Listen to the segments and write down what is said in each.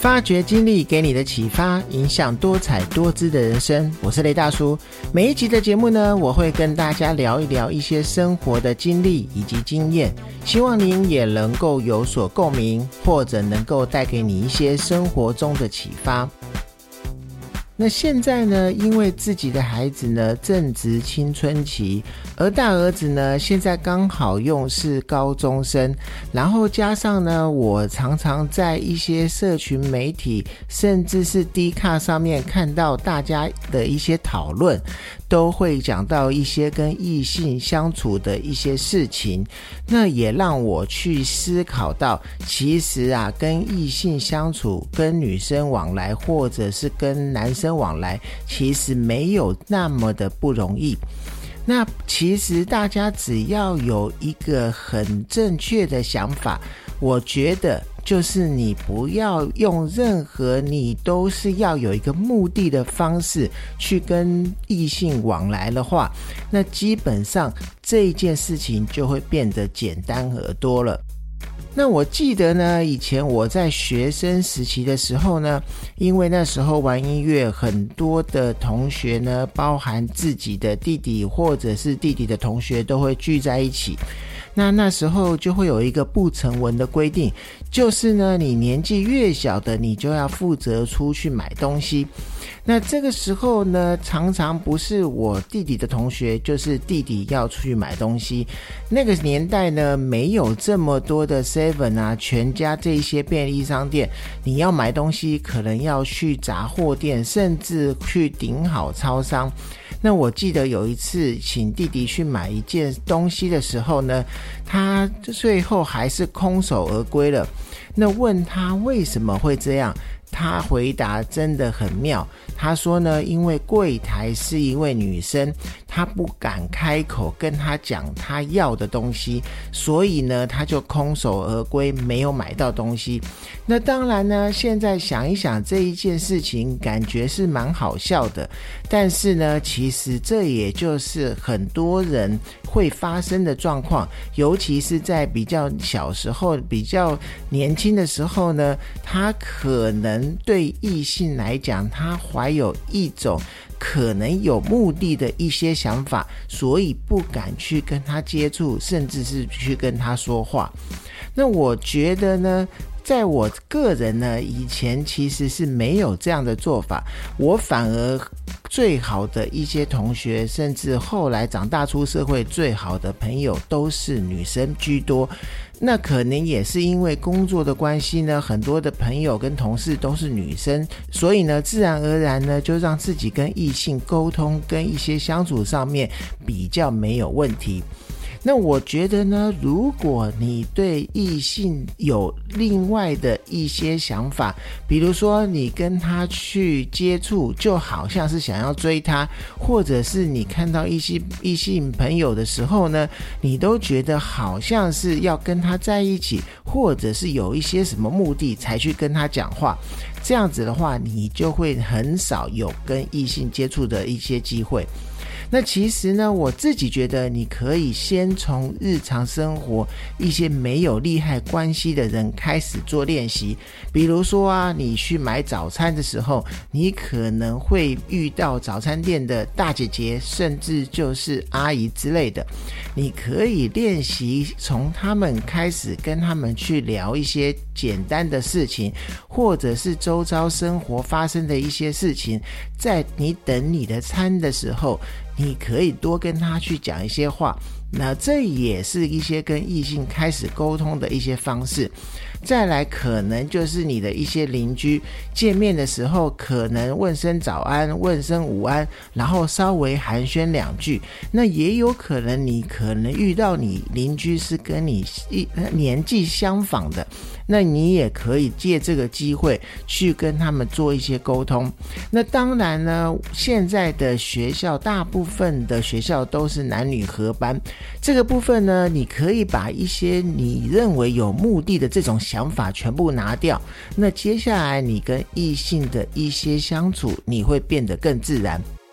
发掘经历给你的启发，影响多彩多姿的人生。我是雷大叔。每一集的节目呢，我会跟大家聊一聊一些生活的经历以及经验，希望您也能够有所共鸣，或者能够带给你一些生活中的启发。那现在呢，因为自己的孩子呢正值青春期，而大儿子呢现在刚好又是高中生，然后加上呢我常常在一些社群媒体甚至是 Dcard 上面看到大家的一些讨论，都会讲到一些跟异性相处的一些事情，那也让我去思考到，其实啊跟异性相处，跟女生往来或者是跟男生往来，其实没有那么的不容易。那其实大家只要有一个很正确的想法，我觉得就是你不要用任何你都是要有一个目的的方式去跟异性往来的话，那基本上这件事情就会变得简单很多了。那我记得呢，以前我在学生时期的时候呢，因为那时候玩音乐，很多的同学呢，包含自己的弟弟或者是弟弟的同学都会聚在一起。那时候就会有一个不成文的规定，就是呢，你年纪越小的，你就要负责出去买东西。那这个时候呢，常常不是我弟弟的同学，就是弟弟要出去买东西。那个年代呢，没有这么多的 Seven 啊、全家这些便利商店，你要买东西可能要去杂货店，甚至去顶好超商。那我记得有一次请弟弟去买一件东西的时候呢，他最后还是空手而归了。那问他为什么会这样，他回答真的很妙。他说呢，因为柜台是一位女生，他不敢开口跟他讲他要的东西，所以呢他就空手而归，没有买到东西。那当然呢，现在想一想这一件事情感觉是蛮好笑的，但是呢其实这也就是很多人会发生的状况，尤其是在比较小时候比较年轻的时候呢，他可能对异性来讲，他怀有一种可能有目的的一些想法，所以不敢去跟他接触，甚至是去跟他说话。那我觉得呢，在我个人呢，以前其实是没有这样的做法，我反而最好的一些同学，甚至后来长大出社会最好的朋友都是女生居多。那可能也是因为工作的关系呢，很多的朋友跟同事都是女生，所以呢自然而然呢就让自己跟异性沟通，跟一些相处上面比较没有问题。那我觉得呢，如果你对异性有另外的一些想法，比如说你跟他去接触就好像是想要追他，或者是你看到异性朋友的时候呢，你都觉得好像是要跟他在一起，或者是有一些什么目的才去跟他讲话，这样子的话你就会很少有跟异性接触的一些机会。那其实呢，我自己觉得你可以先从日常生活一些没有利害关系的人开始做练习。比如说啊，你去买早餐的时候，你可能会遇到早餐店的大姐姐，甚至就是阿姨之类的，你可以练习从他们开始跟他们去聊一些简单的事情，或者是周遭生活发生的一些事情，在你等你的餐的时候，你可以多跟他去讲一些话，那这也是一些跟异性开始沟通的一些方式。再来可能就是你的一些邻居，见面的时候可能问声早安，问声午安，然后稍微寒暄两句。那也有可能你可能遇到你邻居是跟你年纪相仿的，那你也可以借这个机会去跟他们做一些沟通。那当然呢，现在的学校大部分的学校都是男女合班，这个部分呢，你可以把一些你认为有目的的这种想法全部拿掉，那接下来你跟异性的一些相处，你会变得更自然。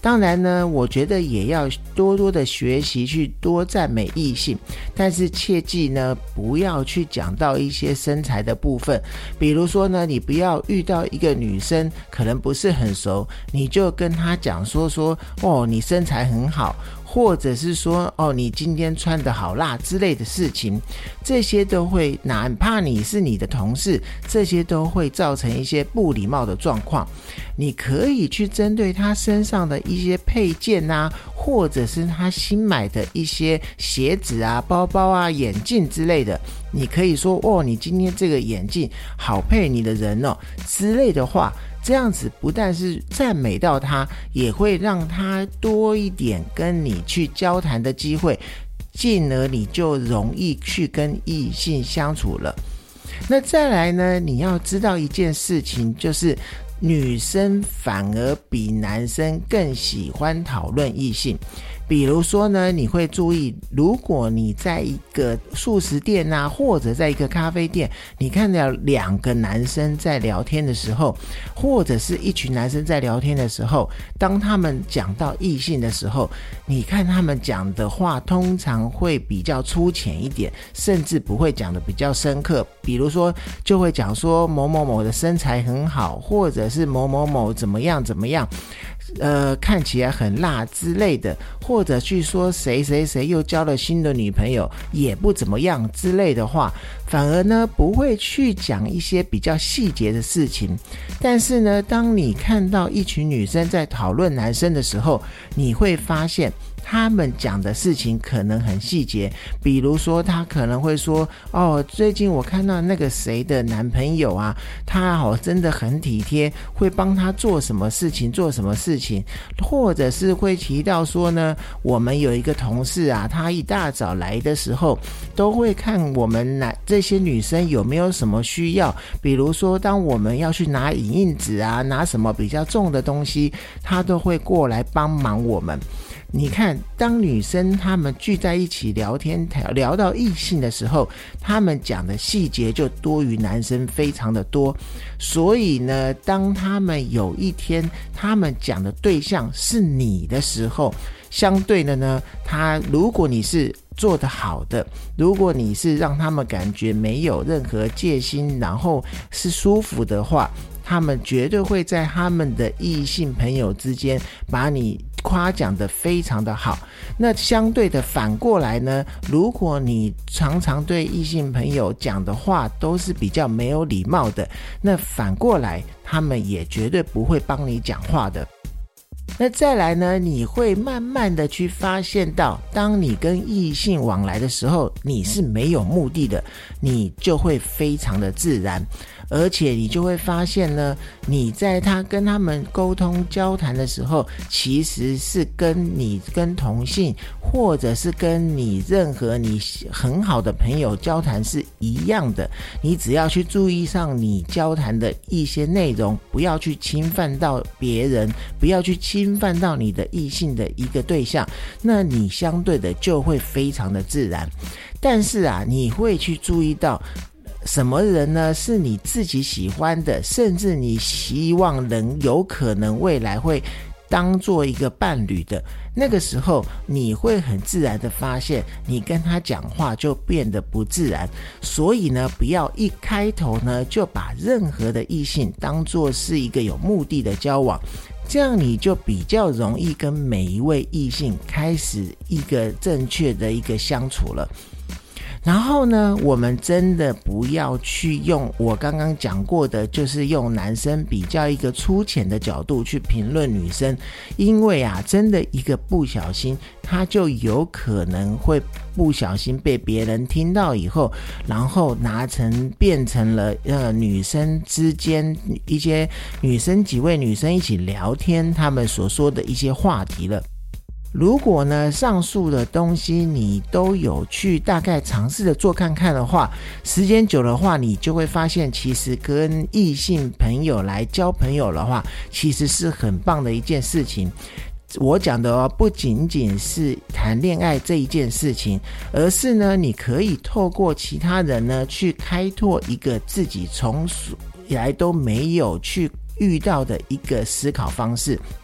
当然呢，我觉得也要多多的学习，去多赞美异性，但是切记呢，不要去讲到一些身材的部分。比如说呢，你不要遇到一个女生可能不是很熟，你就跟她讲说哦，你身材很好，或者是说哦，你今天穿得好辣之类的事情，这些都会，哪怕你是你的同事，这些都会造成一些不礼貌的状况。你可以去针对他身上的一些配件啊，或者是他新买的一些鞋子啊、包包啊、眼镜之类的，你可以说哦，你今天这个眼镜好配你的人哦之类的话。这样子不但是赞美到他，也会让他多一点跟你去交谈的机会，进而你就容易去跟异性相处了。那再来呢，你要知道一件事情，就是女生反而比男生更喜欢讨论异性。比如说呢，你会注意，如果你在一个素食店啊，或者在一个咖啡店，你看到两个男生在聊天的时候，或者是一群男生在聊天的时候，当他们讲到异性的时候，你看他们讲的话通常会比较粗浅一点，甚至不会讲的比较深刻。比如说就会讲说某某某的身材很好，或者是某某某怎么样怎么样，看起来很辣之类的，或者去说谁谁谁又交了新的女朋友也不怎么样之类的话，反而呢不会去讲一些比较细节的事情。但是呢，当你看到一群女生在讨论男生的时候，你会发现他们讲的事情可能很细节。比如说他可能会说哦，最近我看到那个谁的男朋友啊，他真的很体贴，会帮他做什么事情做什么事情，或者是会提到说呢，我们有一个同事啊，他一大早来的时候都会看我们这些女生有没有什么需要，比如说当我们要去拿影印纸啊，拿什么比较重的东西，他都会过来帮忙我们。你看，当女生她们聚在一起聊天，聊到异性的时候，她们讲的细节就多于男生非常的多。所以呢，当她们有一天她们讲的对象是你的时候，相对的呢，如果你是做得好的，如果你是让他们感觉没有任何戒心，然后是舒服的话，他们绝对会在他们的异性朋友之间把你夸奖得非常的好。那相对的反过来呢，如果你常常对异性朋友讲的话都是比较没有礼貌的，那反过来他们也绝对不会帮你讲话的。那再来呢，你会慢慢的去发现到，当你跟异性往来的时候，你是没有目的的，你就会非常的自然。而且你就会发现呢，你在跟他们沟通交谈的时候，其实是跟同性或者是跟你任何你很好的朋友交谈是一样的。你只要去注意上你交谈的一些内容，不要去侵犯到别人，不要去侵犯到你的异性的一个对象，那你相对的就会非常的自然。但是啊，你会去注意到什么人呢是你自己喜欢的，甚至你希望能有可能未来会当做一个伴侣的，那个时候你会很自然的发现你跟他讲话就变得不自然。所以呢，不要一开头呢就把任何的异性当作是一个有目的的交往，这样你就比较容易跟每一位异性开始一个正确的一个相处了。然后呢，我们真的不要去用我刚刚讲过的，就是用男生比较一个粗浅的角度去评论女生，因为啊，真的一个不小心，他就有可能会不小心被别人听到以后，然后变成了女生之间一些几位女生一起聊天，他们所说的一些话题了。如果呢，上述的东西你都有去大概尝试的做看看的话，时间久的话，你就会发现其实跟异性朋友来交朋友的话，其实是很棒的一件事情。我讲的不仅仅是谈恋爱这一件事情，而是呢，你可以透过其他人呢去开拓一个自己从以来都没有去遇到的一个思考方式。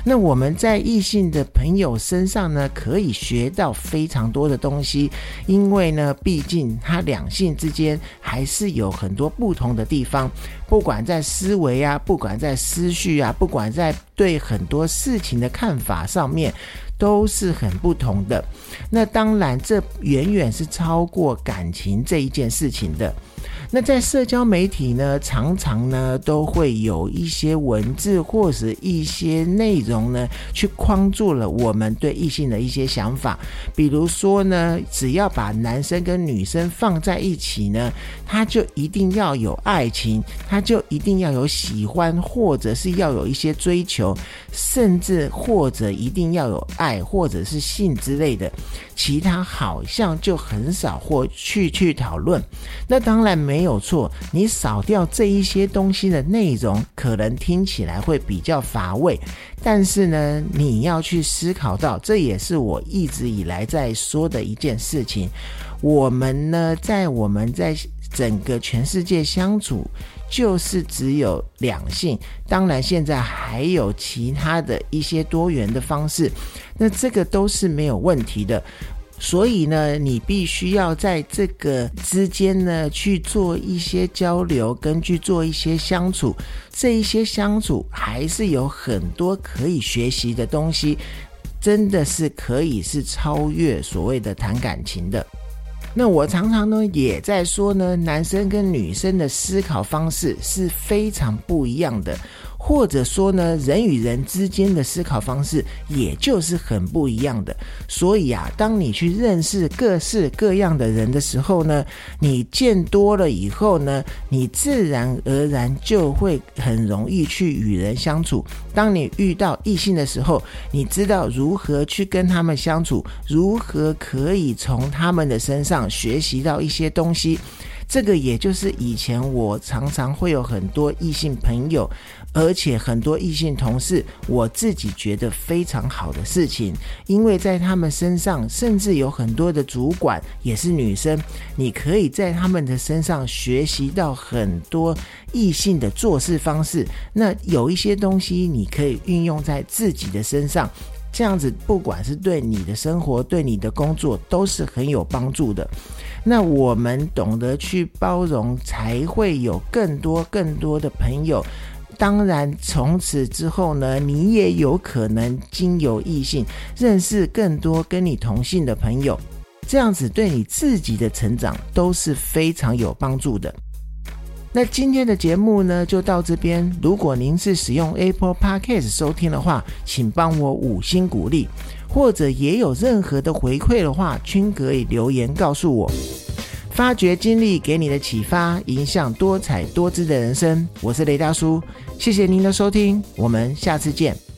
那我们在异性的朋友身上呢，可以学到非常多的东西，因为呢，毕竟他两性之间还是有很多不同的地方，不管在思维啊，不管在思绪啊，不管在对很多事情的看法上面，都是很不同的。那当然，这远远是超过感情这一件事情的。那在社交媒体呢，常常呢都会有一些文字或是一些内容呢，去框住了我们对异性的一些想法。比如说呢，只要把男生跟女生放在一起呢，他就一定要有爱情，他就一定要有喜欢，或者是要有一些追求，甚至或者一定要有爱或者是性之类的，其他好像就很少或去讨论。那当然没有错，你少掉这一些东西的内容，可能听起来会比较乏味，但是呢，你要去思考到，这也是我一直以来在说的一件事情。我们在整个全世界相处，就是只有两性，当然现在还有其他的一些多元的方式，那这个都是没有问题的。所以呢，你必须要在这个之间呢去做一些交流，跟去做一些相处，这一些相处还是有很多可以学习的东西，真的是可以是超越所谓的谈感情的。那我常常呢也在说呢，男生跟女生的思考方式是非常不一样的，或者说呢，人与人之间的思考方式也就是很不一样的。所以啊，当你去认识各式各样的人的时候呢，你见多了以后呢，你自然而然就会很容易去与人相处。当你遇到异性的时候，你知道如何去跟他们相处，如何可以从他们的身上学习到一些东西。这个也就是以前我常常会有很多异性朋友，而且很多异性同事，我自己觉得非常好的事情，因为在他们身上，甚至有很多的主管也是女生，你可以在他们的身上学习到很多异性的做事方式，那有一些东西你可以运用在自己的身上，这样子不管是对你的生活，对你的工作都是很有帮助的。那我们懂得去包容，才会有更多的朋友。当然从此之后呢，你也有可能经由异性认识更多跟你同性的朋友，这样子对你自己的成长都是非常有帮助的。那今天的节目呢就到这边，如果您是使用 Apple Podcast 收听的话，请帮我5星鼓励，或者也有任何的回馈的话，均可以留言告诉我。发掘经历给你的启发，影响多彩多姿的人生，我是雷大叔，谢谢您的收听，我们下次见。